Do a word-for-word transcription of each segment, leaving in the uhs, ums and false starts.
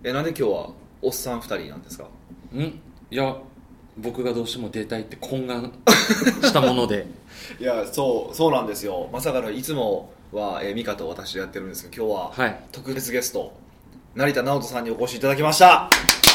えなんで今日はおっさんふたりなんですか？ んいや僕がどうしても出たいって懇願したものでいやそうそうなんですよ。まさかのいつもは、えー、ミカと私でやってるんですけど、今日は、 はい、 特別ゲスト成田直人さんにお越しいただきました。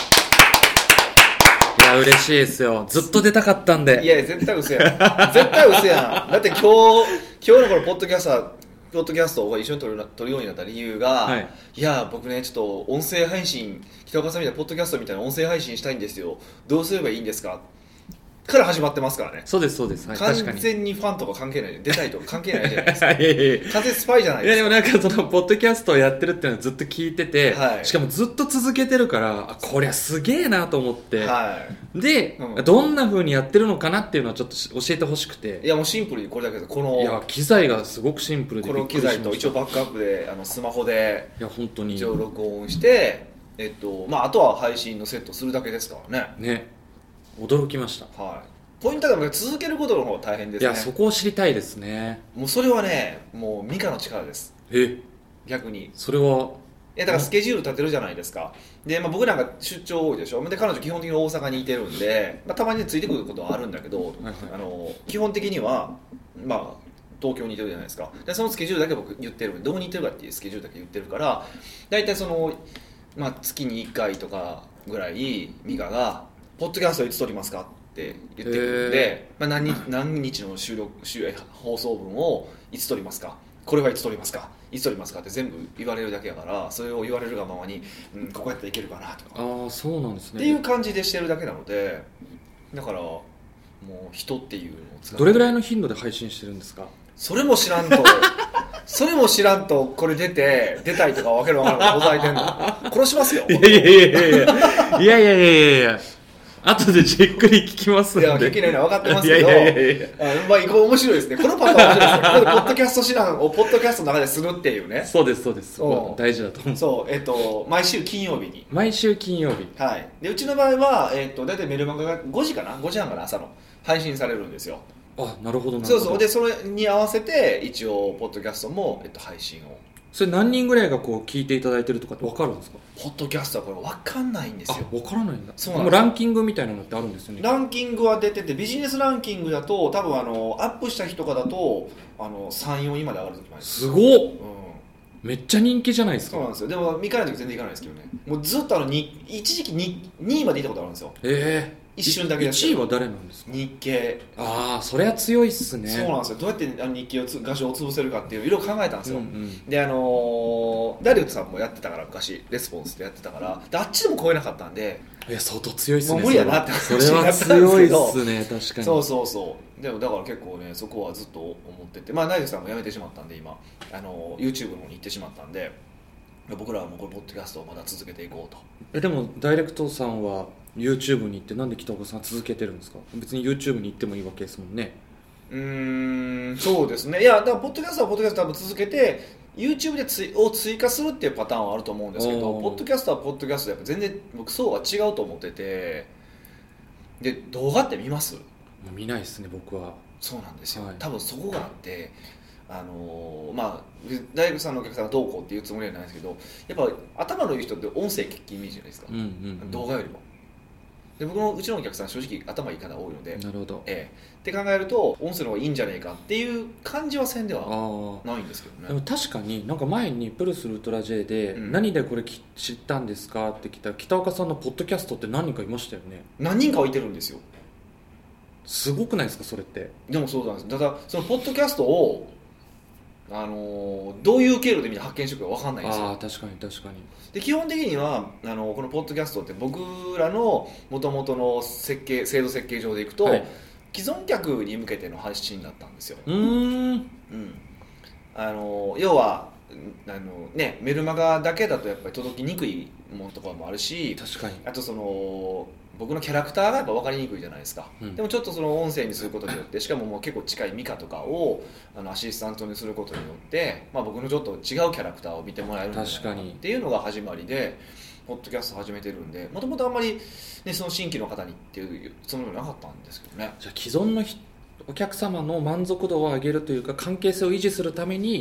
いや嬉しいですよ。ずっと出たかったんで。 いや絶対嘘やん絶対嘘やん。だって今日今日のこのポッドキャスターポッドキャストを一緒に撮る撮るようになった理由が、はい、いや僕ねちょっと音声配信北岡さんみたいなポッドキャストみたいな音声配信したいんですよ、どうすればいいんですかから始まってますからね。 そうですそうです、はい、 完全にファンとか関係ない、出たいとか関係ないじゃないですか。いやいやいや完全スパイじゃないですか。 いやでもなんかそのポッドキャストをやってるっていうのはずっと聞いてて、はい、しかもずっと続けてるからあこりゃすげえなと思って、はい、で、うん、どんな風にやってるのかなっていうのをちょっと教えてほしくて。 いやもうシンプルにこれだけど、このいや機材がすごくシンプルでびっくりしました。 この機材と一応バックアップであのスマホでいや本当に一応録音して、えっとまあ、あとは配信のセットするだけですからね。 ね驚きました。 はい、ポイントが続けることの方が大変ですね。 いやそこを知りたいですね。 もうそれはねもうミカの力です。 え逆にそれはいやだからスケジュール立てるじゃないですか。で、まあ、僕なんか出張多いでしょ。で彼女基本的に大阪にいてるんで、まあ、たまについてくることはあるんだけど、はいはい、あの基本的にはまあ東京にいてるじゃないですか。でそのスケジュールだけ僕言ってる、どこにいてるかっていうスケジュールだけ言ってるから、だいたいその、まあ、月にいっかいとかぐらいミカがポッドキャストいつ撮りますかって言ってくるんで、まあ、何, 何日の収録収放送分をいつ撮りますか、これはいつ撮りますか、いつ撮りますかって全部言われるだけやから、それを言われるがままに、うん、ここやったらいけるかなとか、 ああそうなんですねっていう感じでしてるだけなので、だからもう人っていうのを使って。 どれぐらいの頻度で配信してるんですか？ それも知らんとそれも知らんとこれ出て出たいとか分ける分からんことございてんの殺しますよ。 いやいやいやいやいやいやいやいやいや後でじっくり聞きますんで。いや聞きないのは分かってますけど、いやいやいやいやあ、まあ、面白いですね。このパターン面白いですね。ポッドキャスト指南をポッドキャストの中でするっていうね。 そうですそうです、大事だと思う。 そう、えっと、毎週金曜日に毎週金曜日、 はい、でうちの場合は、えっと、大体メルマガがごじかなごじはんから朝の配信されるんですよ。 あ、なるほどなるほど。 そうそうでそれに合わせて一応ポッドキャストも、えっと、配信を。 それ何人ぐらいがこう聞いていただいてるとかって分かるんですか？ ポッドキャストはこれ分かんないんですよ。 あ、分からないんだ。 そうなんです。 でもランキングみたいなのってあるんですよね。 ランキングは出てて、ビジネスランキングだと多分あのアップした日とかだとあのさん、よんいまで上がる時もあります。 すごっ、うん、めっちゃ人気じゃないですか。 そうなんですよ。でも見かない時全然いかないですけどね。もうずっとあのに一時期 に, にいまでいたことあるんですよ。 ええー一瞬だけですけど。いちいは誰なんですか？ 日経。 ああ、それは強いっすね。 そうなんですよ。どうやって日経をつ画像を潰せるかっていういろいろ考えたんですよ、 うんうん、 であのー、ダリウッドさんもやってたから昔レスポンスでやってたから、であっちでも超えなかったんで、 いや相当強いっすね。 もう無理やなってそれは強いっすね。確かに。 そうそうそう。でもだから結構ねそこはずっと思ってて、まあダリウッドさんも辞めてしまったんで今あの YouTube の方に行ってしまったんで、僕らはもうこれポッドキャストをまだ続けていこうと。 えでもダイレクトさんは YouTube に行ってなんで北岡さん続けてるんですか？別に YouTube に行ってもいいわけですもんね。 うーんそうですね。いやだからポッドキャストはポッドキャスト多分続けて YouTube でつを追加するっていうパターンはあると思うんですけど、ポッドキャストはポッドキャストでやっぱ全然僕層が違うと思ってて、で動画って見ます？ 見ないですね僕は。 そうなんですよ、 はい、 多分そこがあってあのー、まあ大学さんのお客さんがどうこうっていうつもりはないですけど、やっぱ頭のいい人って音声聞きイメージじゃないですか、 うんうんうん、 動画よりも。で僕のうちのお客さん正直頭いい方多いので、 なるほど、 ええ、って考えると音声の方がいいんじゃねえかっていう感じはせんではないんですけどね。 でも確かになんか前にプルスウルトラ J で、うん、何でこれ知ったんですかって来た北岡さんのポッドキャストって何人かいましたよね。 何人かはいてるんですよ。 すごくないですかそれって。 でもそうなんです。ただそのポッドキャストをあのー、どういう経路でみんな発見してるか分かんないんですよ。 あ確かに確かに。 で基本的にはあのこのポッドキャストって僕らの元々の設計制度設計上でいくと、はい、既存客に向けての発信だったんですよ。 うーん、うん、 あの要はあの、ね、メルマガだけだとやっぱり届きにくいものとかもあるし、 確かにあとその僕のキャラクターがやっぱ分かりにくいじゃないですか、うん、でもちょっとその音声にすることによって、しかももう結構近いミカとかをあのアシスタントにすることによって、まあ、僕のちょっと違うキャラクターを見てもらえるんじゃないかなっていうのが始まりでポッドキャスト始めてるんで、もともとあんまり、ね、その新規の方にっていうつもりはなかったんですけどね。 じゃあ既存のお客様の満足度を上げるというか関係性を維持するために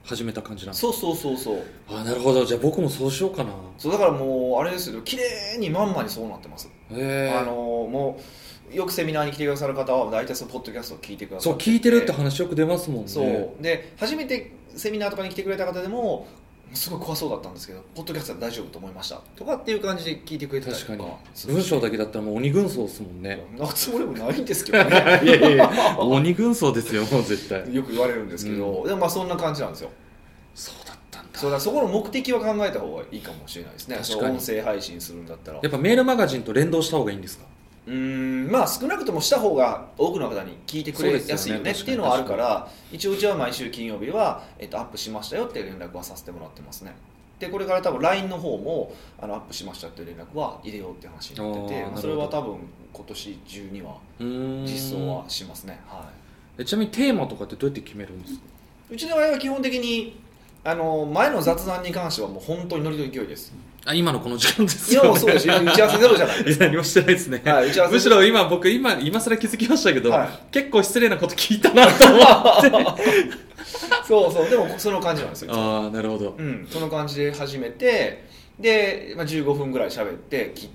始めた感じなんですか？そうそうそうそう。 あ、なるほど。じゃあ僕もそうしようかな。 そうだからもうあれですよ、綺麗にまんまにそうなってます。 へあのもうよくセミナーに来てくださる方は大体そのポッドキャストを聞いてくださってて、 そう聞いてるって話よく出ますもんね。 そうで初めてセミナーとかに来てくれた方でもすごい怖そうだったんですけどポッドキャストは大丈夫と思いましたとかっていう感じで聞いてくれてたりとか。 確かに文章だけだったらもう鬼軍曹ですもんね。 なつもりもないんですけどねいやいやいや鬼軍曹ですよもう絶対。 よく言われるんですけど、うん、でもまあそんな感じなんですよ。 そうだったんだ。 そうだ、そこの目的は考えた方がいいかもしれないですね。 確かに。 音声配信するんだったらやっぱメールマガジンと連動した方がいいんですか？ うーんまあ少なくともした方が多くの方に聞いてくれやすいよねっていうのはあるから、一応うちは毎週金曜日は、えっと、アップしましたよっていう連絡はさせてもらってますね。でこれから多分 ライン の方もあのアップしましたっていう連絡は入れようっていう話になってて、それは多分今年中には実装はしますね。はい、 ちなみにテーマとかってどうやって決めるんですか？ うちの場合は基本的にあの前の雑談に関してはもう本当にノリの勢いです。 あ、今のこの時間ですよね。 今もそうですよ。打ち合わせゼロじゃないですか。 何もしてないですね。はい、打ち合わせむしろ今僕今今更気づきましたけど、はい、結構失礼なこと聞いたなと思ってそうそう、でもその感じなんですよ。 ああ、なるほど。 うん、その感じで始めて、で、まあ、じゅうごふんぐらい喋って切って、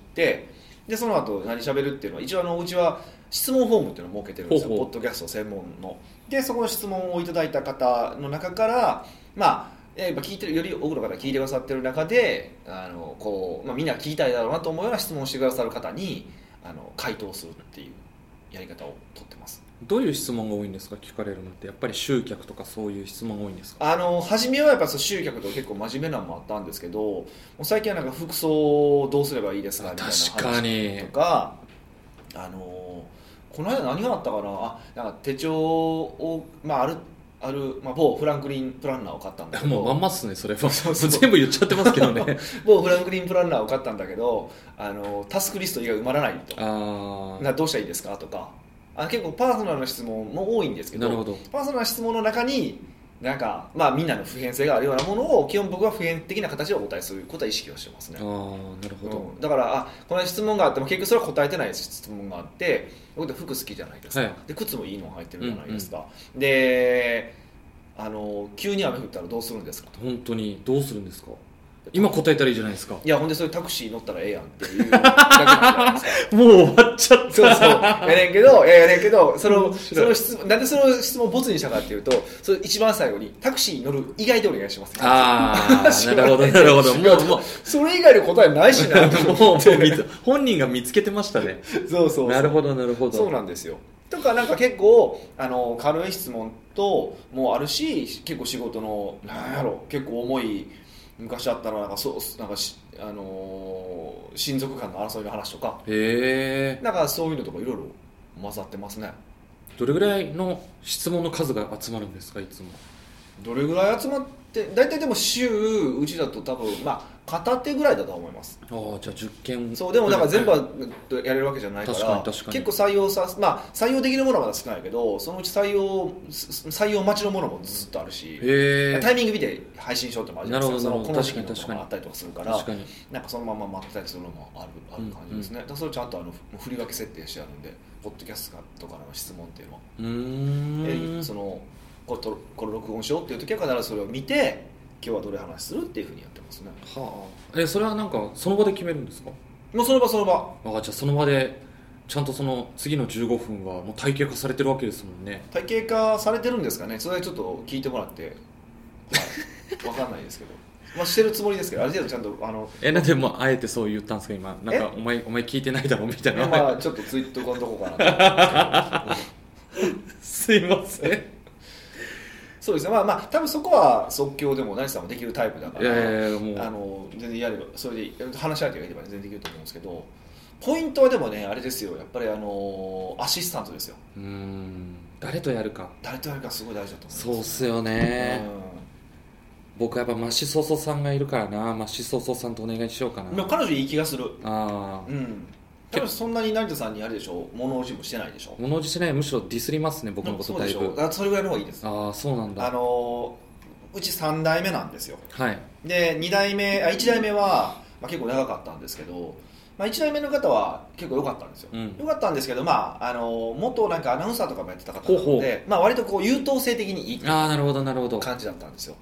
でその後何喋るっていうのは一応あのうちは質問フォームっていうのを設けてるんですよ。ほうほう、ポッドキャスト専門の。でそこの質問をいただいた方の中からまあやっぱ聞いてるより多くの方が聞いてくださってる中であのこう、まあ、みんな聞きたいだろうなと思うような質問をしてくださる方にあの回答するっていうやり方をとってます。 どういう質問が多いんですか？聞かれるのってやっぱり集客とかそういう質問が多いんですか？ あの初めはやっぱそう集客と結構真面目なのもあったんですけど、もう最近はなんか服装をどうすればいいですかみたいな話とか、あのこの間何があったかなあなんか手帳を、まあ、あるある、まあ、某フランクリンプランナーを買ったんだけど、 もうまんまっすねそれは全部言っちゃってますけどね某フランクリンプランナーを買ったんだけどあのタスクリスト以外埋まらないと、 あなどうしたらいいですかとか、あ結構パーソナルな質問も多いんですけど、 なるほど、 パーソナルな質問の中になんか、まあ、みんなの普遍性があるようなものを基本僕は普遍的な形でお答えすることは意識をしてますね。 あなるほど、 うん、だからあこの質問があっても結局それは答えてない質問があって、僕って服好きじゃないですか、 はい、 で靴もいいの入ってるじゃないですか、うんうん、であの急に雨降ったらどうするんですかと。 本当にどうするんですか？今答えたらいいじゃないですか。 いやほんでそれタクシー乗ったらええやんっていうだけなんじゃないですかもう終わっちゃった。 そうそうやねんけどやねんけどそのその質問なんでその質問をボツにしたかっていうと、それ一番最後にタクシーに乗る以外でお願いします。 ああなるほどなるほど、もうもうそれ以外の答えないしなと思ってもう本人が見つけてましたねそうそうそう、 なるほどなるほど、 そうなんですよ。とかなんか結構あの軽い質問ともあるし、結構仕事のなんやろ結構重い昔あったのなんかそうなんかしあのー、親族間の争いの話とか、 へえ、 なんかそういうのとかいろいろ混ざってますね。 どれぐらいの質問の数が集まるんですか？いつもどれぐらい集まって大体でも週うちだと多分まあ片手ぐらいだと思います。 ああじゃあじゅっけんそうでもなんか全部やれるわけじゃないから、 確かに確かに結構採用さ、まあ、採用できるものはまだ少ないけど、そのうち採用採用待ちのものもずっとあるし、 へタイミング見て配信しようってもあるじゃないですか。そのこの時期のとかもあったりとかするから、 確かになんかそのまま待ってたりするのもあるある感じですね、うんうん、だからそれちゃんとあの振り分け設定してあるんで、ポッドキャストとかの質問っていうのはうーんそのこれとこれ録音しようっていう時は必ずそれを見て今日はどれ話するっていうふうにやってますね。 はあ、えそれはなんかその場で決めるんですか？ もうその場その場。 あじゃあその場でちゃんとその次のじゅうごふんはもう体系化されてるわけですもんね。 体系化されてるんですかね。それはちょっと聞いてもらって、はい、分かんないですけどまあしてるつもりですけど、ある程度ちゃんとあのえなんでもあえてそう言ったんですか今？なんかお前お前聞いてないだろみたいな。 まあちょっとツイートこんとこかなとすいませんそうですね、まあまあ多分そこは即興でも何さんもできるタイプだから、 いやいやもうあの全然やればそれで話し相手がいれば全然できると思うんですけど、ポイントはでもねあれですよ、やっぱりあのアシスタントですよ。 うーん誰とやるか誰とやるかすごい大事だと思います。 そうっすよね、 うん、 僕はやっぱマシソソさんがいるからな、マシソソさんとお願いしようかな。 彼女いい気がする。 ああうん多分そんなに成田さんにあれでしょ、物おじもしてないでしょ。 物おじしてない、むしろディスりますね僕のことだいぶ。 そうでしょ、あそれぐらいの方がいいです。 ああそうなんだ。 あのうちさん代目なんですよ。 はいでに代目あいち代目は、まあ、結構長かったんですけど、まあ、いち代目の方は結構良かったんですよ、うん、良かったんですけど、まあ、あの元なんかアナウンサーとかもやってた方なので、 ほうほう、 まあ、割とこう優等生的にいいあーなるほどなるほど感じだったんですよ。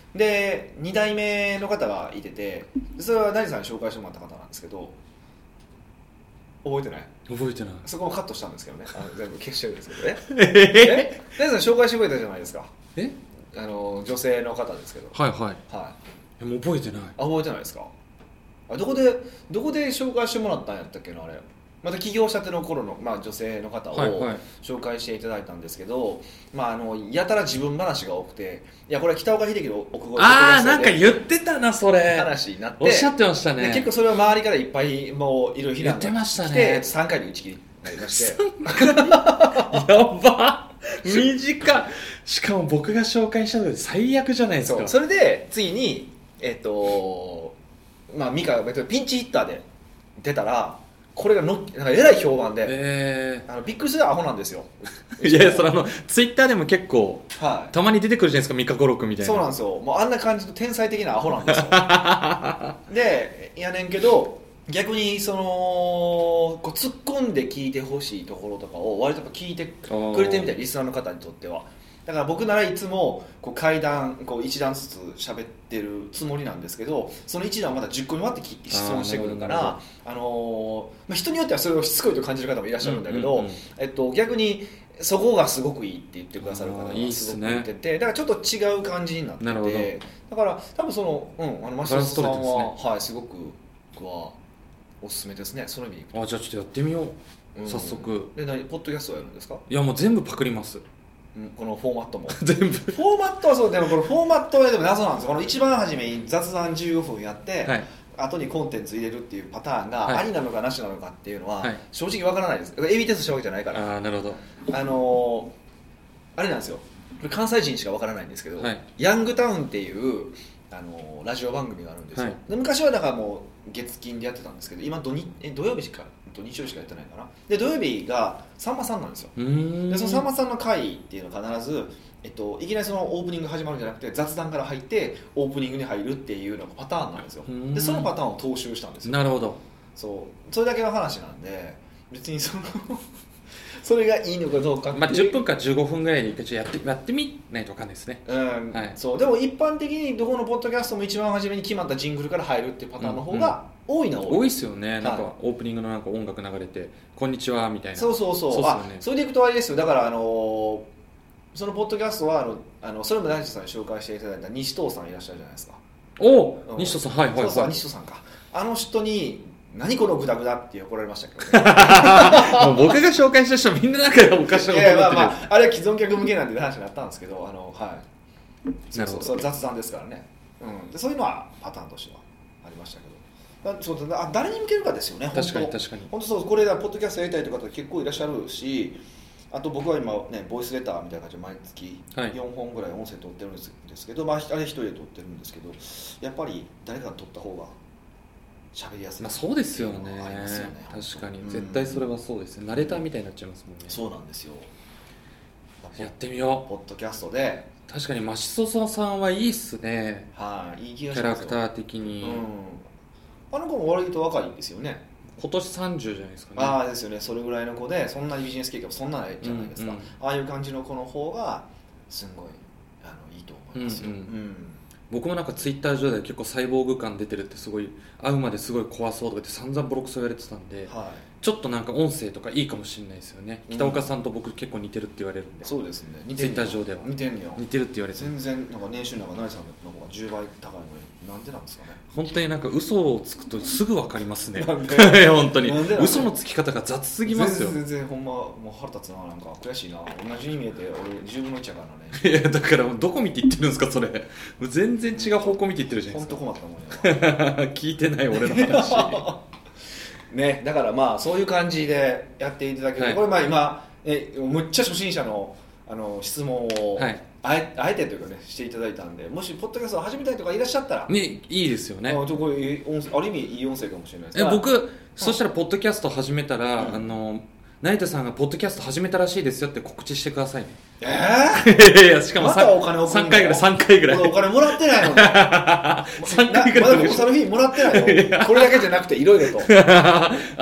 でに代目の方がいてて、それは成田さんに紹介してもらった方なんですけど、覚えてない？ 覚えてない。 そこもカットしたんですけどね、あの全部消してるんですけどねえ成田さん紹介してくれたじゃないですか。 えあの女性の方ですけど、 はいはい、 はい、 もう覚えてない。 あ、覚えてないですか。あ、どこでどこで紹介してもらったんやったっけな、あれ。また起業したての頃の、まあ、女性の方を紹介していただいたんですけど、はいはい、まあ、あのやたら自分話が多くて、いやこれは北岡秀樹の奥越ああなんか言ってたな、それ話になって、 おっしゃってましたね。 結構それは周りからいっぱいもういろいろ非難が来て、 言ってましたね、 さんかいで打ち切りになりましてやば短い。しかも僕が紹介したので最悪じゃないですか。 そ, それで次にえっ、ー、とまあミカがピンチヒッターで出たら、これがのなんかえらい評判で、 えー、 あのびっくりするアホなんですよいやいや、それあのツイッターでも結構、 はい、 たまに出てくるじゃないですか、ミカゴロクみたいな。 そうなんですよ、もうあんな感じの天才的なアホなんですよでやねんけど、逆にそのこう突っ込んで聞いてほしいところとかを割と聞いてくれてみたい、リスナーの方にとっては。だから僕ならいつもこう階段こう一段ずつ喋ってるつもりなんですけど、その一段をまたじゅっこに割って質問してくるから、あのーまあ、人によってはそれをしつこいと感じる方もいらっしゃるんだけど、うんうんうん、えっと、逆にそこがすごくいいって言ってくださる方がすごく言ってて、いい、ね、だからちょっと違う感じになってて、だから多分その、うん、あのマシュさんは、ね、はい、すごく僕はおすすめですね、その意味で。 あ、じゃあちょっとやってみよう、うん、早速。 で何ポッドキャストをやるんですか？ いやもう全部パクります、 このフォーマットも全部フォーマットはそうでもこのフォーマットはでも謎なんですよ。この一番初めに雑談じゅうごふんやって、はい、後にコンテンツ入れるっていうパターンがありなのかなしなのかっていうのは正直わからないです。エビテストしたわけじゃないから。 あ、なるほど。 あのー、あれなんですよ、これ関西人しかわからないんですけど、はい、ヤングタウンっていうあのー、ラジオ番組があるんですよ、はい、で昔はだからもう月金でやってたんですけど、今土日え土曜日しか日曜日しかやってないかな。で土曜日がさんまさんなんですよ。でそのさんまさんの回っていうのは必ず、えっと、いきなりそのオープニング始まるんじゃなくて雑談から入ってオープニングに入るっていうのがパターンなんですよ。でそのパターンを踏襲したんですよ。 なるほど。 そうそれだけの話なんで、別にそのそれがいいのかどうかっていう、 まあ、じゅっぷんかじゅうごふんぐらいでやってやってみないと分かんないですね。 うん、はい、そうでも一般的にどこのポッドキャストも一番初めに決まったジングルから入るっていうパターンの方が多いのは多い、 多いですよね。なんかオープニングのなんか音楽流れて、はい、こんにちはみたいな。 そうそうそう、そう、ね、あそれでいくとあれですよ。だからあのー、そのポッドキャストはあのあのそれも大地さんに紹介していただいた西藤さんいらっしゃるじゃないですか。 おお、うん、西藤さん、はいはいはい。 そうそう西藤さんか。あの人に何このグダグダって怒られましたけど、ね、 もう僕が紹介した人みんななんかおかしなこと言ってる。いや、まあまあ、あれは既存客向けなんて話になったんですけど、あの、はい、そうそうそう、雑談ですからね、うん、でそういうのはパターンとしてはありましたけど、そうあ誰に向けるかですよね。 確かに確かに。 本当そう、これポッドキャストやりたいという方結構いらっしゃるし、あと僕は今ねボイスレターみたいな感じで毎月よんほんぐらい音声撮ってるんですけど、はい、まあ、あれ一人で撮ってるんですけど、やっぱり誰かが撮った方が喋りやすい。 まあ、そうですよね。ありますよね。確かに、うん、絶対それはそうですね。ナレーターみたいになっちゃいますもんね。 そうなんですよ。 やってみよう。 ポッドキャストで。 確かにマシソソさんはいいっすね。 はい、いい気がしますよ。キャラクター的に、 うん、あの子も割と若いんですよね。 今年さんじゅうじゃないですかね。 ああですよね。それぐらいの子で、そんなビジネス経験もそんなないじゃないですか、うんうん、ああいう感じの子の方がすごいあのいいと思いますよ、うんうんうん。 僕もなんかツイッター上で結構サイボーグ感出てるって、すごい会うまですごい怖そうとかって散々ボロクソ言われてたんで、はい、ちょっとなんか音声とかいいかもしれないですよね、うん、北岡さんと僕結構似てるって言われるんで。 そうですね、 ツイッター上では似てんよ。 似てるって言われて全然なんか年収なんか成さんの方がじゅうばい高いのになんでなんですかね。 本当になんか嘘をつくとすぐ分かりますね。本当に嘘のつき方が雑すぎますよ。 全然全然ほんまもう腹立つな、なんか悔しいな。同じに見えて俺じゅうぶんのいちやからね。 いやだからどこ見て言ってるんですかそれ。全然違う方向見て言ってるじゃないですか。 本当困ったもんや。 聞いてない俺の話。 ね、だからまあそういう感じでやっていただける、はい、これまあ今えむっちゃ初心者のあの質問を、はい、あえあえてというかねしていただいたんで、もしポッドキャストを始めたいとかいらっしゃったらね、いいですよね。 あこれ音声ある意味いい音声かもしれないです。 え僕、うん、そしたらポッドキャスト始めたら、うん、あの成田さんがポッドキャスト始めたらしいですよって告知してくださいね。 えー、 いやしかも 3, またお金送るのさんかいぐらいさんかいぐらいお金もらってないのにさんかいぐらいまだコサルフィーもらってないのこれだけじゃなくていろいろとあ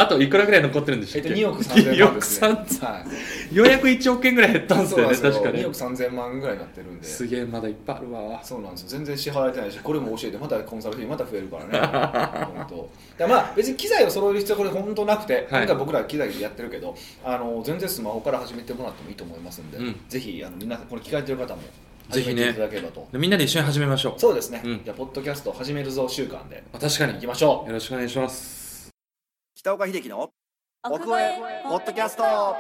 あといくらぐらい残ってるんでしたっけ？ えっと、におくさんぜんまんですね。 はい、ようやくいちおくえんぐらい減ったんですよね。確かににおくさんぜんまんぐらいになってるんで。 すげえ、まだいっぱいあるわ。 そうなんですよ。全然支払われてないし、これも教えてまたコンサル費また増えるからね。本当。だまあ別に機材を揃える必要はこれ本当なくて、はい、今回僕ら機材でやってるけど、あの全然スマホから始めてもらってもいいと思いますんで、うん、ぜひあの皆さんこれ聞かれてる方も始めていただければと、ね、 みんなで一緒に始めましょう。 そうですね、うん、じゃあポッドキャスト始めるぞ週間で確かに行きましょう。 よろしくお願いします。 北岡秀樹の奥越えポッドキャスト。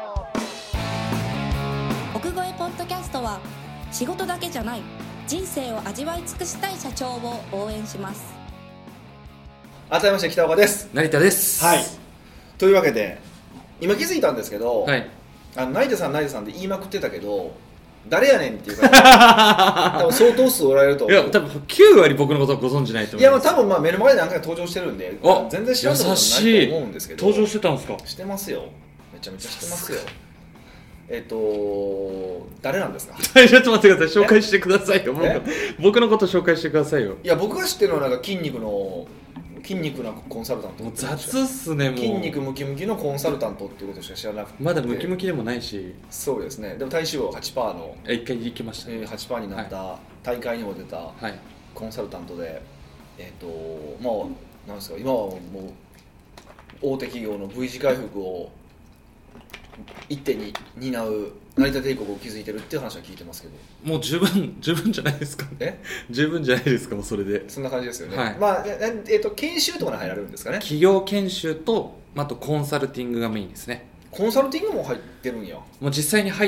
奥越えポッドキャストは仕事だけじゃない人生を味わい尽くしたい社長を応援します。 改めまして北岡です。 成田です。 はい、というわけで今気づいたんですけど、 はい、 あの成田さん成田さんって言いまくってたけど誰やねんっていうか多分相当数おられると思う。 いや多分きゅうわり僕のことはご存じないと思います。 いやまあ多分まあ目の前で何回か登場してるんで全然知らないことないと思うんですけど。 登場してたんですか？ してますよ。めちゃめちゃしてますよ。えっと誰なんですか？ ちょっと待ってください。紹介してくださいよ。僕, 僕のこと紹介してくださいよ。 いや僕が知ってるのはなんか筋肉の筋肉なコンサルタント。 もう雑っすね。もう筋肉ムキムキのコンサルタントっていうことしか知らなくて。 まだムキムキでもないし。そうですね。でも体脂肪 はちパーセント のいっかい行きました、ね、 はちパーセント になった大会にも出たコンサルタントで、はい、えっとまあなんですか今はもう大手企業の V 字回復を一手に担う成田帝国を築いてるっていう話は聞いてますけど。 もう十分十分じゃないですか。 え十分じゃないですか。もうそれでそんな感じですよね、 はい。 まあえっと研修とかに入られるんですかね。 企業研修とあとコンサルティングがメインですね。 コンサルティングも入ってるんや。 もう実際に入って、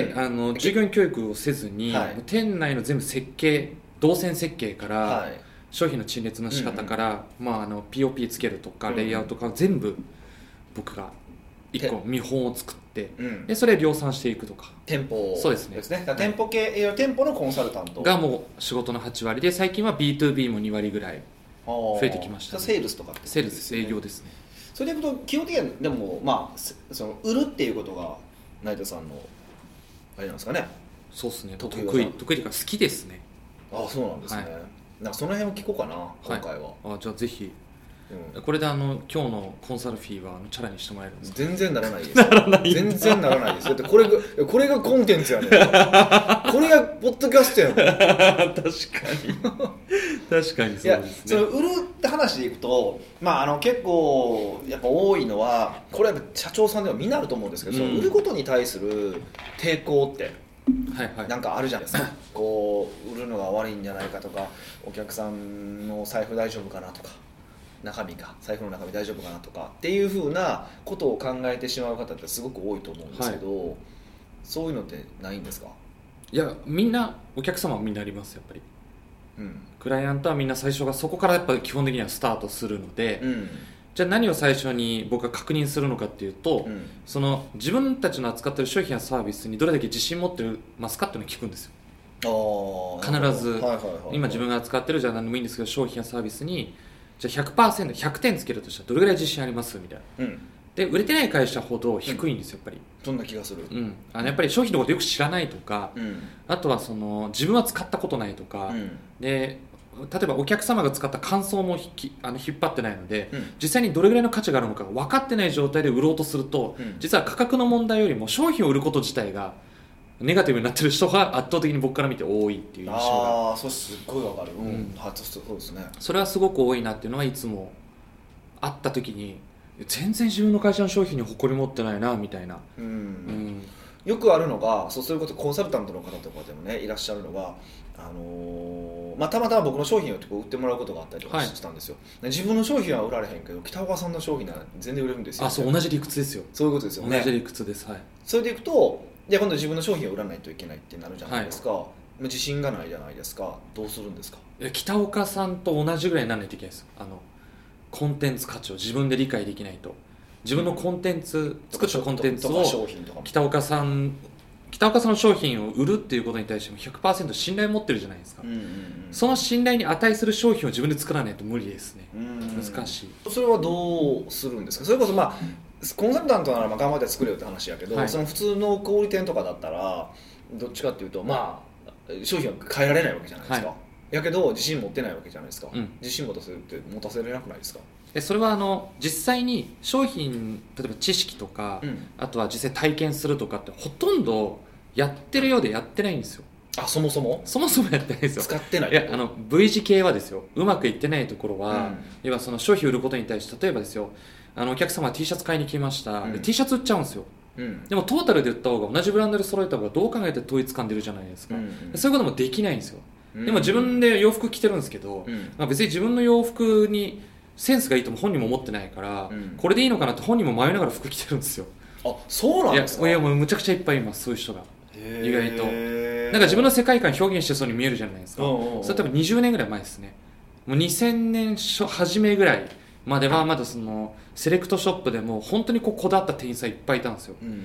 うん、あの従業員教育をせずに、はい、店内の全部設計動線設計から、はい、商品の陳列の仕方から、うんまあ、あの ピーオーピー つけるとか、うん、レイアウトとか全部僕がいっこ見本を作って、うん、でそれを量産していくとか。 店舗そうですね。 ですね。だ店舗系、店舗のコンサルタントがもう仕事のはちわりで、最近は ビーツービー もにわりぐらい増えてきました、ね。 セールスとかってことですね。 セールス営業ですね。 それでいくと基本的にはでもまあその売るっていうことが成田さんのあれなんですかね。 そうですね。得意得意というか好きですね。 ああそうなんですね。はい、なんかその辺を聞こうかな今回は。 はい、あじゃあぜひ。うん、これであの今日のコンサルフィーはチャラにしてもらえるんですか？ 全然ならないです。ならない全然ならないです。だってこれがこれがコンテンツやねん。これがポッドキャストやねん。確かに確かにそうですね。いやその売るって話でいくと、まああの結構やっぱ多いのはこれは社長さんではみんなあると思うんですけど、うん、その売ることに対する抵抗ってはいはい、なんかあるじゃないですか。こう売るのが悪いんじゃないかとか、お客さんの財布大丈夫かなとか。中身か財布の中身大丈夫かなとかっていう風なことを考えてしまう方ってすごく多いと思うんですけど、はい、そういうのってないんですか？ いやみんなお客様はみんなありますやっぱり、うん、クライアントはみんな最初がそこからやっぱり基本的にはスタートするので、うん、じゃあ何を最初に僕が確認するのかっていうと、うん、その自分たちの扱っている商品やサービスにどれだけ自信持ってますかっていうのを聞くんですよ。あ必ず、はいはいはいはい、今自分が扱ってるじゃあ何でもいいんですけど商品やサービスにじゃあ ひゃくパーセント、ひゃくてんつけるとしたらどれぐらい自信ありますみたいな、うん、で売れてない会社ほど低いんですよやっぱり。 どんな気がする、 うん、あのやっぱり商品のことよく知らないとか、うん、あとはその自分は使ったことないとか、うん、で例えばお客様が使った感想も引きあの引っ張ってないので、うん、実際にどれぐらいの価値があるのか分かってない状態で売ろうとすると、うん、実は価格の問題よりも商品を売ること自体がネガティブになってる人が圧倒的に僕から見て多いっていう印象が。 ああそれすっごいわかる、うんうん、そうですね。 それはすごく多いなっていうのはいつも会った時に全然自分の会社の商品に誇り持ってないなみたいな、うんうん、 よくあるのがそうそういうことコンサルタントの方とかでもねいらっしゃるのが、あのーまあ、たまたま僕の商品を売ってもらうことがあったりとかしたんですよ、はい、自分の商品は売られへんけど北岡さんの商品なら全然売れるんですよ、ね、 あそう同じ理屈ですよ。 そういうことですよね。 同じ理屈です、はい、 それでいくとで今度自分の商品を売らないといけないってなるじゃないですか、はい、自信がないじゃないですか。どうするんですか？ 北岡さんと同じぐらいにならないといけないです。あのコンテンツ価値を自分で理解できないと自分のコンテンツ、うん、作ったコンテンツを北岡さん北岡さんの商品を売るっていうことに対しても ひゃくパーセント 信頼を持ってるじゃないですか、うんうんうん、その信頼に値する商品を自分で作らないと無理ですね、うん、難しい。 それはどうするんですか？それこそまあコンサルタントならまあ頑張って作れよって話やけど、はい、その普通の小売店とかだったらどっちかっていうとまあ商品は変えられないわけじゃないですか、はい、やけど自信持ってないわけじゃないですか、うん、自信持たせるって持たせれなくないですか？ でそれはあの実際に商品例えば知識とか、うん、あとは実際体験するとかってほとんどやってるようでやってないんですよ。 あ、そもそもそもそもやってないですよ。 使ってない。 いや、あの V 字系はですよ、うまくいってないところは、うん、要はその商品売ることに対して例えばですよ、あのお客様は T シャツ買いに来ました、うん、で T シャツ売っちゃうんですよ、うん、でもトータルで売った方が同じブランドで揃えた方がどう考えて統一感出るじゃないですか、うんうん、そういうこともできないんですよ、うん、でも自分で洋服着てるんですけど、うんまあ、別に自分の洋服にセンスがいいとも本人も思ってないから、うん、これでいいのかなって本人も迷いながら服着てるんですよ。 あ、そうなんですか。 いや、いやもうむちゃくちゃいっぱいいます、そういう人が意外となんか自分の世界観表現してそうに見えるじゃないですか。それ多分にじゅうねんぐらい前ですね。もうにせんねん初めぐらいまではまだそのセレクトショップでも本当にこうこだわった店員さんいっぱいいたんですよ、うんうんうん、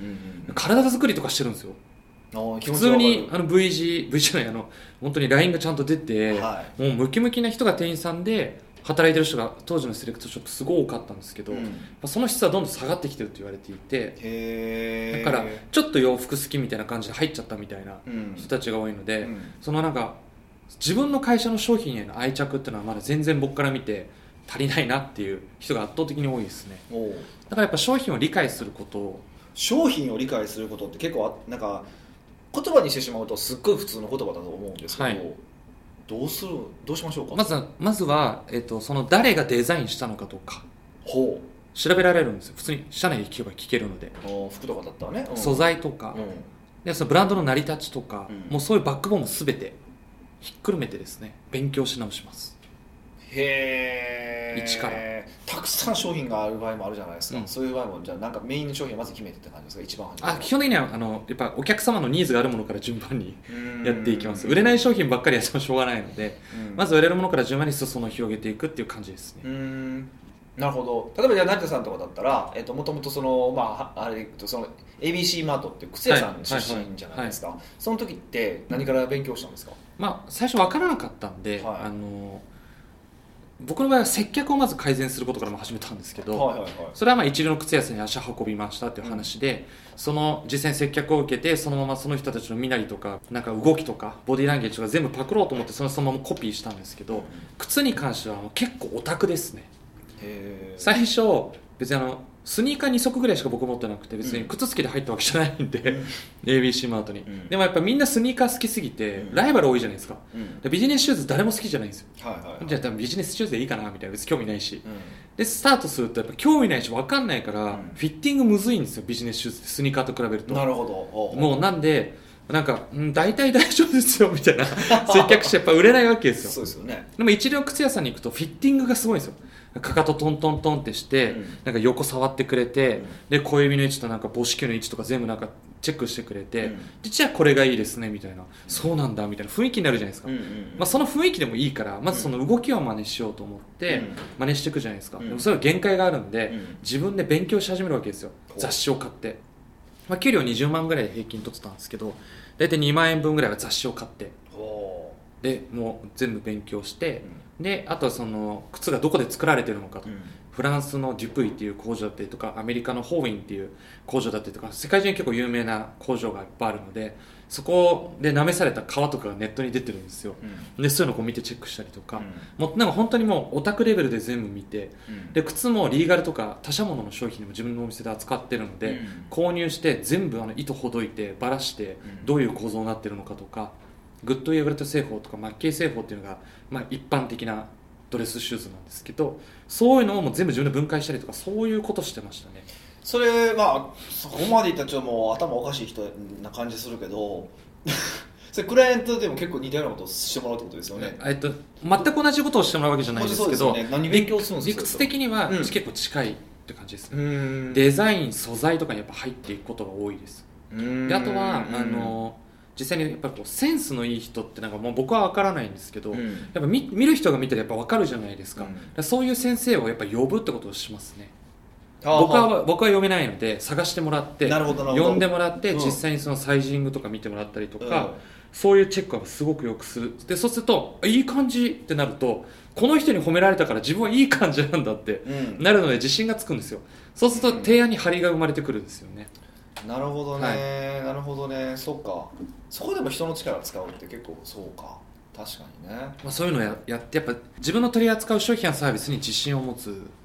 体作りとかしてるんですよ。普通にあの V 字 V 字じゃないあの本当にラインがちゃんと出て、はい、もうムキムキな人が店員さんで働いてる人が当時のセレクトショップすごい多かったんですけど、うん、その質はどんどん下がってきてると言われていて、へだからちょっと洋服好きみたいな感じで入っちゃったみたいな人たちが多いので、うん、そのなんか自分の会社の商品への愛着っていうのはまだ全然僕から見て足りないなっていう人が圧倒的に多いですね。おだからやっぱ商品を理解することを商品を理解することって結構なんか言葉にしてしまうとすっごい普通の言葉だと思うんですけど、はい、どうするどうしましょうか。 まずは、まずはえー、とその誰がデザインしたのかとかほう調べられるんですよ。普通に社内で聞けば聞けるので、 服とかだったらね、うん、 素材とか、うん、でそのブランドの成り立ちとか、うん、もうそういうバックボーンも全てひっくるめてですね勉強し直します。 へー、 一からたくさん商品がある場合もあるじゃないですか、うん、そういう場合もじゃあなんかメインの商品をまず決めてって感じですか。一番初めあ基本的にはあのやっぱお客様のニーズがあるものから順番にやっていきます。売れない商品ばっかりやってもしょうがないので、まず売れるものから順番に裾野を広げていくっていう感じですね。 うーん、なるほど。例えばじゃあ成田さんとかだったら、えっと、もともとその、まあ、あれその エービーシー マートっていう靴屋さん出身じゃないですか、はいはいはい、その時って何から勉強したんですか。 まあ、最初分からなかったんで、はい、あの僕の場合は接客をまず改善することからも始めたんですけど、はいはいはい、それはまあ一流の靴屋さんに足運びましたっていう話で、うん、その実際に接客を受けてそのままその人たちの身なりとかなんか動きとかボディーランゲージとか全部パクろうと思ってそのそのままコピーしたんですけど、うん、靴に関してはもう結構オタクですね。へー、最初別にあのスニーカーに足ぐらいしか僕持ってなくて別に靴付きで入ったわけじゃないんで、うん、エービーシー マートに、うん、でもやっぱみんなスニーカー好きすぎて、うん、ライバル多いじゃないですか、うん、でビジネスシューズ誰も好きじゃないんですよ、はいはいはい、じゃあ多分ビジネスシューズでいいかなみたいな別に興味ないし、うん、でスタートするとやっぱ興味ないし分かんないから、うん、フィッティングむずいんですよビジネスシューズってスニーカーと比べると。 なるほど。 もうなんでなんか、うん、大体大丈夫ですよみたいな接客してやっぱ売れないわけですよ。 そうですよね。 でも一流の靴屋さんに行くとフィッティングがすごいんですよ。かかとトントントンってして、うん、なんか横触ってくれて、うん、で小指の位置となんか母子球の位置とか全部なんかチェックしてくれて、うん、でじゃあこれがいいですねみたいな、うん、そうなんだみたいな雰囲気になるじゃないですか、うんうんうん、まあ、その雰囲気でもいいからまずその動きを真似しようと思って真似していくじゃないですか、うん、でもそれは限界があるんで、うん、自分で勉強し始めるわけですよ。雑誌を買って、まあ、給料にじゅうまんぐらいで平均取ってたんですけど大体にまんえんぶんぐらいは雑誌を買ってでもう全部勉強して、うん、であとはその靴がどこで作られてるのかと、うん、フランスのデュプイっていう工場だったりとかアメリカのホーウィンっていう工場だったりとか世界中に結構有名な工場がいっぱいあるのでそこでなめされた革とかがネットに出てるんですよ、うん、でそういうのをこう見てチェックしたりとか、うん、もうなんか本当にもうオタクレベルで全部見て、うん、で靴もリーガルとか他社物の商品でも自分のお店で扱ってるので、うん、購入して全部あの糸ほどいてばらしてどういう構造になってるのかとかグッドイーグルト製法とかマッケイ製法っていうのが、まあ、一般的なドレスシューズなんですけどそういうのをもう全部自分で分解したりとかそういうことしてましたね。 それまあそこまでいったらちょっともう頭おかしい人な感じするけどそれクライアントでも結構似たようなことをしてもらうってことですよね。 えっと、全く同じことをしてもらうわけじゃないんですけど、 ね、何勉強するんですか。 理屈的には、うん、結構近いって感じですね。デザイン素材とかにやっぱ入っていくことが多いです。であとはあの実際にやっぱりこうセンスのいい人ってなんかもう僕は分からないんですけど、うん、やっぱ 見, 見る人が見たらやっぱ分かるじゃないですか、うん、そういう先生をやっぱ呼ぶってことをしますね。僕は僕は読めないので探してもらって呼んでもらって、うん、実際にそのサイジングとか見てもらったりとか、うん、そういうチェックはすごくよくする。でそうするといい感じってなるとこの人に褒められたから自分はいい感じなんだってなるので自信がつくんですよ。そうすると提案に張りが生まれてくるんですよね。 なるほどね、はい、なるほどね。そっかそこでも人の力を使うって結構そうか確かにね、 まあ、そういうのを や, やってやっぱ自分の取り扱う商品やサービスに自信を持つ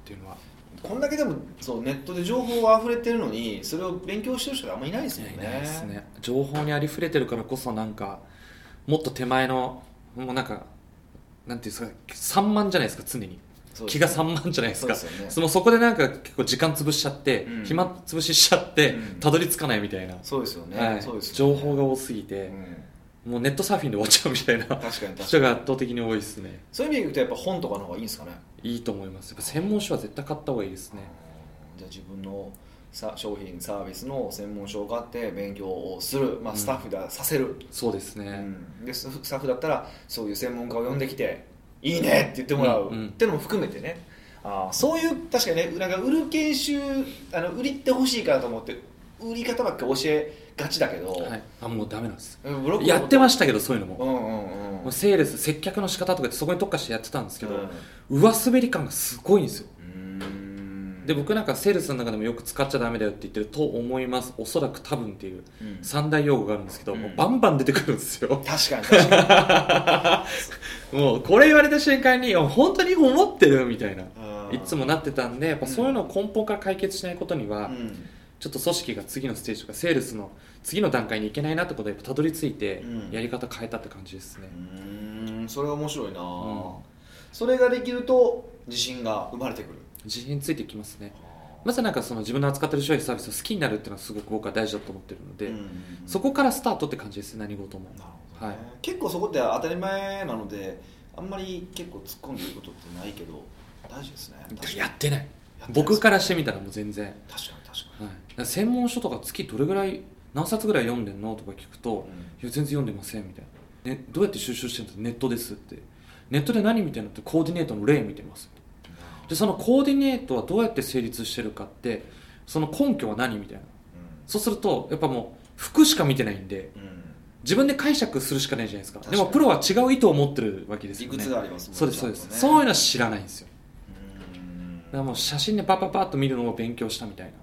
っていうのは。 こんだけでもそうネットで情報が溢れてるのにそれを勉強してる人があんまりいないですもんね。 いないですね。情報にありふれてるからこそなんかもっと手前のもうなんかなんていうんですか散漫じゃないですか常に。気が散漫じゃないですか。そうですよね。もうそこでなんか結構時間潰しちゃって、うん、暇潰ししちゃって、うん、たどり着かないみたいな。 そうですよね。 はい、 そうですよね。情報が多すぎて、うん、もうネットサーフィンで終わっちゃうみたいな確かに確かに人が圧倒的に多いですね。 そういう意味で言うとやっぱ本とかの方がいいんですかね。 いいと思います。やっぱ専門書は絶対買った方がいいですね。 じゃあ自分のさ商品サービスの専門書を買って勉強をする、まあ、スタッフだ、うん、させる。 そうですね、 うん、でスタッフだったらそういう専門家を呼んできていいねって言ってもらう、うんうん、っていうのも含めてね。あそういう確かにねなんか売る研修あの売りってほしいからと思って売り方ばっか教えがちだけど、 はい、あもうダメなんです。 ブロックやってましたけどそういうのも、 うんうんうん、 もうセールス接客の仕方とかってそこに特化してやってたんですけど、うん、上滑り感がすごいんですよ。で僕なんかセールスの中でもよく使っちゃダメだよって言ってると思います。おそらく多分っていう三大用語があるんですけど、うん、もうバンバン出てくるんですよ。 確かに確かにもうこれ言われた瞬間に本当に思ってるみたいないつもなってたんで、やっぱそういうのを根本から解決しないことには、うん、ちょっと組織が次のステージとかセールスの次の段階に行けないなってことでたどり着いてやり方変えたって感じですね。 うん、それは面白いな、うん、それができると自信が生まれてくる。 自信ついてきますね。まずなんかその自分の扱ってる商品サービスを好きになるっていうのはすごく僕は大事だと思ってるので、うんうんうん、そこからスタートって感じです。何事も。 なるほどね。はい、結構そこって当たり前なのであんまり結構突っ込んでいることってないけど大事ですね。 やってない。僕からしてみたらもう全然。 確かに確かに。 はい、専門書とか月どれぐらい何冊ぐらい読んでんのとか聞くと、うん、いや全然読んでませんみたいな、ね、どうやって収集してるんですか。ネットですって。ネットで何見てるのってコーディネートの例見てますで、そのコーディネートはどうやって成立してるかってその根拠は何みたいな、うん、そうするとやっぱもう服しか見てないんで、うん、自分で解釈するしかないじゃないですか。でもプロは違う意図を持ってるわけですよね。 理屈がありますもんね。 そうですそうです、ね、そういうのは知らないんですよ。だからもう写真でパッパッパッと見るのを勉強したみたいな、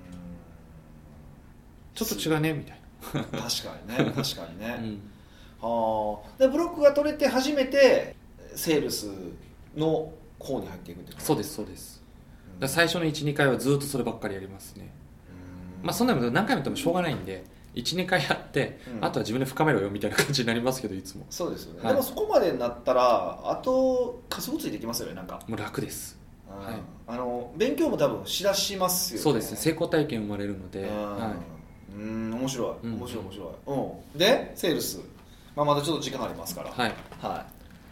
ちょっと違うねみたいな確かにね確かにね、うん、はあ。でブロックが取れて初めてセールスの方に入っていくってこと。 そうですそうです、うん、だ最初の いちにかいはずっとそればっかりやりますね。うん、まあそんなの何回もやってもしょうがないんで いちにかいやって、うん、あとは自分で深めろよみたいな感じになりますけどいつも。 そうですよね、はい、でもそこまでになったらあと加速ついていきますよね。なんかもう楽です。 はい、あの勉強も多分しだしますよね。 そうですね、成功体験生まれるので、はい、うん面白い面白い面白い、うん、でセールス、まあ、まだちょっと時間ありますから、 はいはい、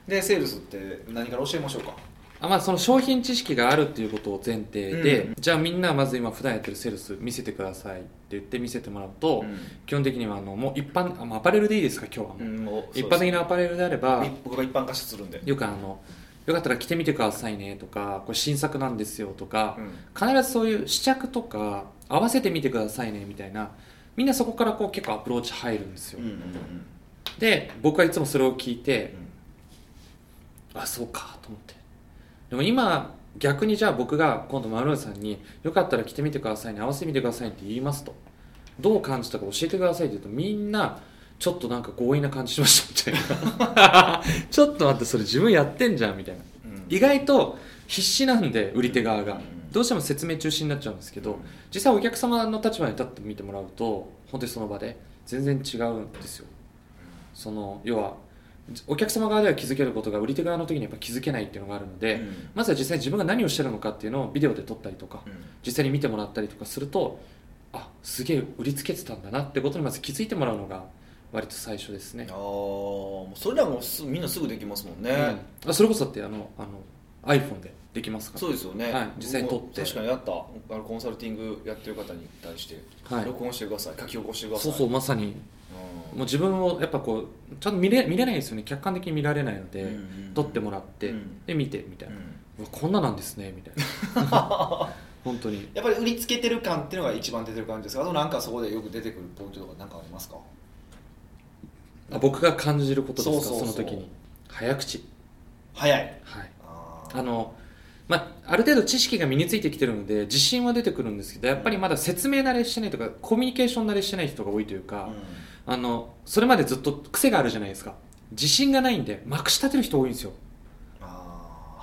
でセールスって何から教えましょうか。 あ、まあ、その商品知識があるっていうことを前提で、うん、じゃあみんなまず今普段やってるセールス見せてくださいって言って見せてもらうと、うん、基本的にはあのもう一般あアパレルでいいですか今日はもう、うん、もう一般的なアパレルであれば僕が一般化するんでよくあのよかったら着てみてくださいねとかこれ新作なんですよとか、うん、必ずそういう試着とか合わせてみてくださいねみたいなみんなそこからこう結構アプローチ入るんですよ、うんうんうん、で僕はいつもそれを聞いて、うん、あそうかと思って。でも今逆にじゃあ僕が今度マルーンさんによかったら着てみてくださいね合わせてみてくださいって言いますとどう感じたか教えてくださいって言うとみんなちょっとなんか強引な感じしましたみたいなちょっと待ってそれ自分やってんじゃんみたいな、うん、意外と必死なんで売り手側が、うん、どうしても説明中心になっちゃうんですけど、うん、実際お客様の立場に立ってみてもらうと本当にその場で全然違うんですよ。その要はお客様側では気づけることが売り手側の時にやっぱ気づけないっていうのがあるので、うん、まずは実際自分が何をしてるのかっていうのをビデオで撮ったりとか、うん、実際に見てもらったりとかするとあすげえ売りつけてたんだなってことにまず気づいてもらうのが割と最初ですね。 あそれらもみんなすぐできますもんね、 うん、それこそってあのあの iPhone でできますから。 そうですよね、 はい、実際に撮って確かにやったあのコンサルティングやってる方に対して、はい、録音してください書き起こしてください。 そうそうまさに、うん、もう自分をやっぱこうちゃんと見れ、見れないですよね。客観的に見られないので、うんうんうん、撮ってもらって、うん、で見てみたいな、うん、こんななんですねみたいな本当にやっぱり売りつけてる感っていうのが一番出てる感じですが、あとなんかそこでよく出てくるポイントとか何かありますか。 あ僕が感じることですか。そうそうそうその時に早口早い、 はい、ああのまあ、ある程度知識が身についてきてるので自信は出てくるんですけどやっぱりまだ説明慣れしてないとかコミュニケーション慣れしてない人が多いというか、うん、あのそれまでずっと癖があるじゃないですか。自信がないんでまくし立てる人多いんですよ。 あ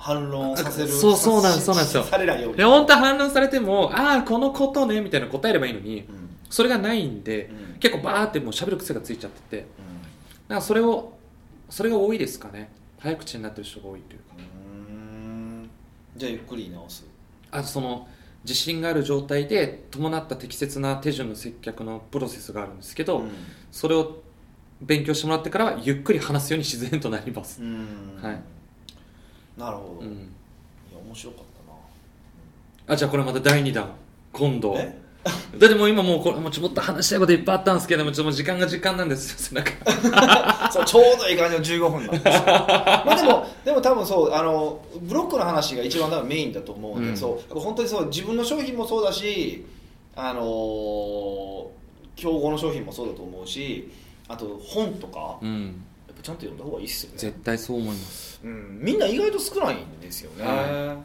反論させるそうそうなんですそうなんですよされないようにで本当は反論されてもああこのことねみたいな答えればいいのに、うん、それがないんで、うん、結構バーってもう喋る癖がついちゃってて、うん、なんかそれをそれが多いですかね早口になってる人が多いというか。 うーんじゃあゆっくり直すあとその自信がある状態で伴った適切な手順の接客のプロセスがあるんですけど、うん、それを勉強してもらってからはゆっくり話すように自然となります。うん、はい、 なるほど、うん、いや面白かったな、うん、 あじゃあこれまただいにだん今度だってもう今もうこれもちょっと話したいこといっぱいあったんですけどもちょっと時間が時間なんですよそうちょうどいい感じのじゅうごふんなんですよまあでもでも多分そうあのブロックの話が一番多分メインだと思うんで、うん、そう本当にそう自分の商品もそうだしあのー、競合の商品もそうだと思うしあと本とか、うん、やっぱちゃんと読んだ方がいいっすよね。 絶対そう思います、 うん、みんな意外と少ないんですよね、はい、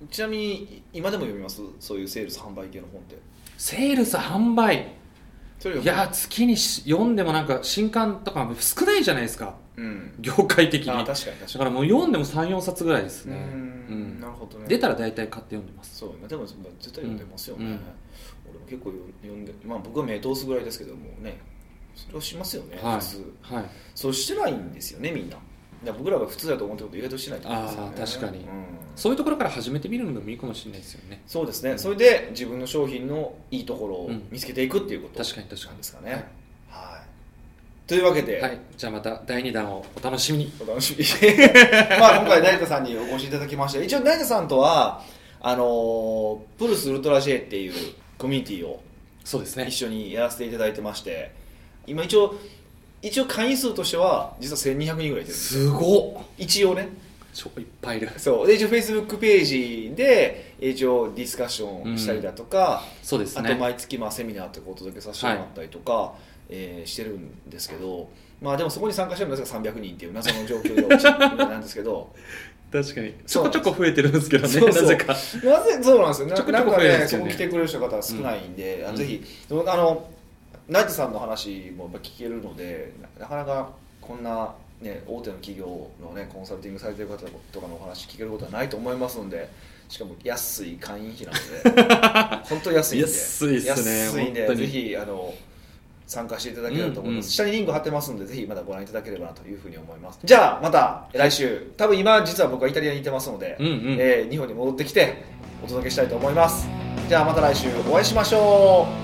ちなみに今でも読みますそういうセールス販売系の本って。 セールス販売いや月に読んでもなんか新刊とか少ないじゃないですか、うん、業界的に。 あ確かに確かに。 だからもう読んでも さん,よん 冊ぐらいですね。 うん、うん、なるほどね。 出たら大体買って読んでます。 そうでも絶対読んでますよね、うんうん、俺も結構読んでまあ僕は目通すぐらいですけどもねそれをしますよね、はい、普通、はい、そうしてないんですよねみんな。僕らが普通だと思ってること意外としてないと思うんですよね。 あ確かに、うん、そういうところから始めてみるのもいいかもしれないですよね。 そうですね、うん、それで自分の商品のいいところを見つけていくっていうことなんですかね、うん、確かに確かに、はいはい、というわけで、 はい、じゃあまただいにだんをお楽しみにお楽しみにまあ今回成田さんにお越しいただきまして一応成田さんとはあのー、プルスウルトラ J っていうコミュニティをそうですね一緒にやらせていただいてまして今一応一応会員数としては実はせんにひゃくにんぐらいいてるんですよ。 すごっ。 一応ね超いっぱいいる。 そうで一応 Facebook ページで一応ディスカッションしたりだとか、 うん、そうですね、 あと毎月まあセミナーとかお届けさせてもらったりとか、はいえー、してるんですけどまあでもそこに参加してるのはさんびゃくにんっていう謎の状況でなんですけど確かにちょこちょこ増えてるんですけどね。 そうそうなぜかなぜそうなんですよね。ちょこちょこ増えるんですよね。なんかねそこ来てくれる人方少ないんで、うん、ぜひあの成田さんの話もやっぱ聞けるのでなかなかこんな、ね、大手の企業の、ね、コンサルティングされてる方とかのお話聞けることはないと思いますのでしかも安い会員費なので本当に安いんで安いですね。 安いんでぜひあの参加していただければと思います、うんうん、下にリンク貼ってますのでぜひまたご覧いただければなというふうに思います。じゃあまた来週多分今実は僕はイタリアにいてますので、うんうんえー、日本に戻ってきてお届けしたいと思います。じゃあまた来週お会いしましょう。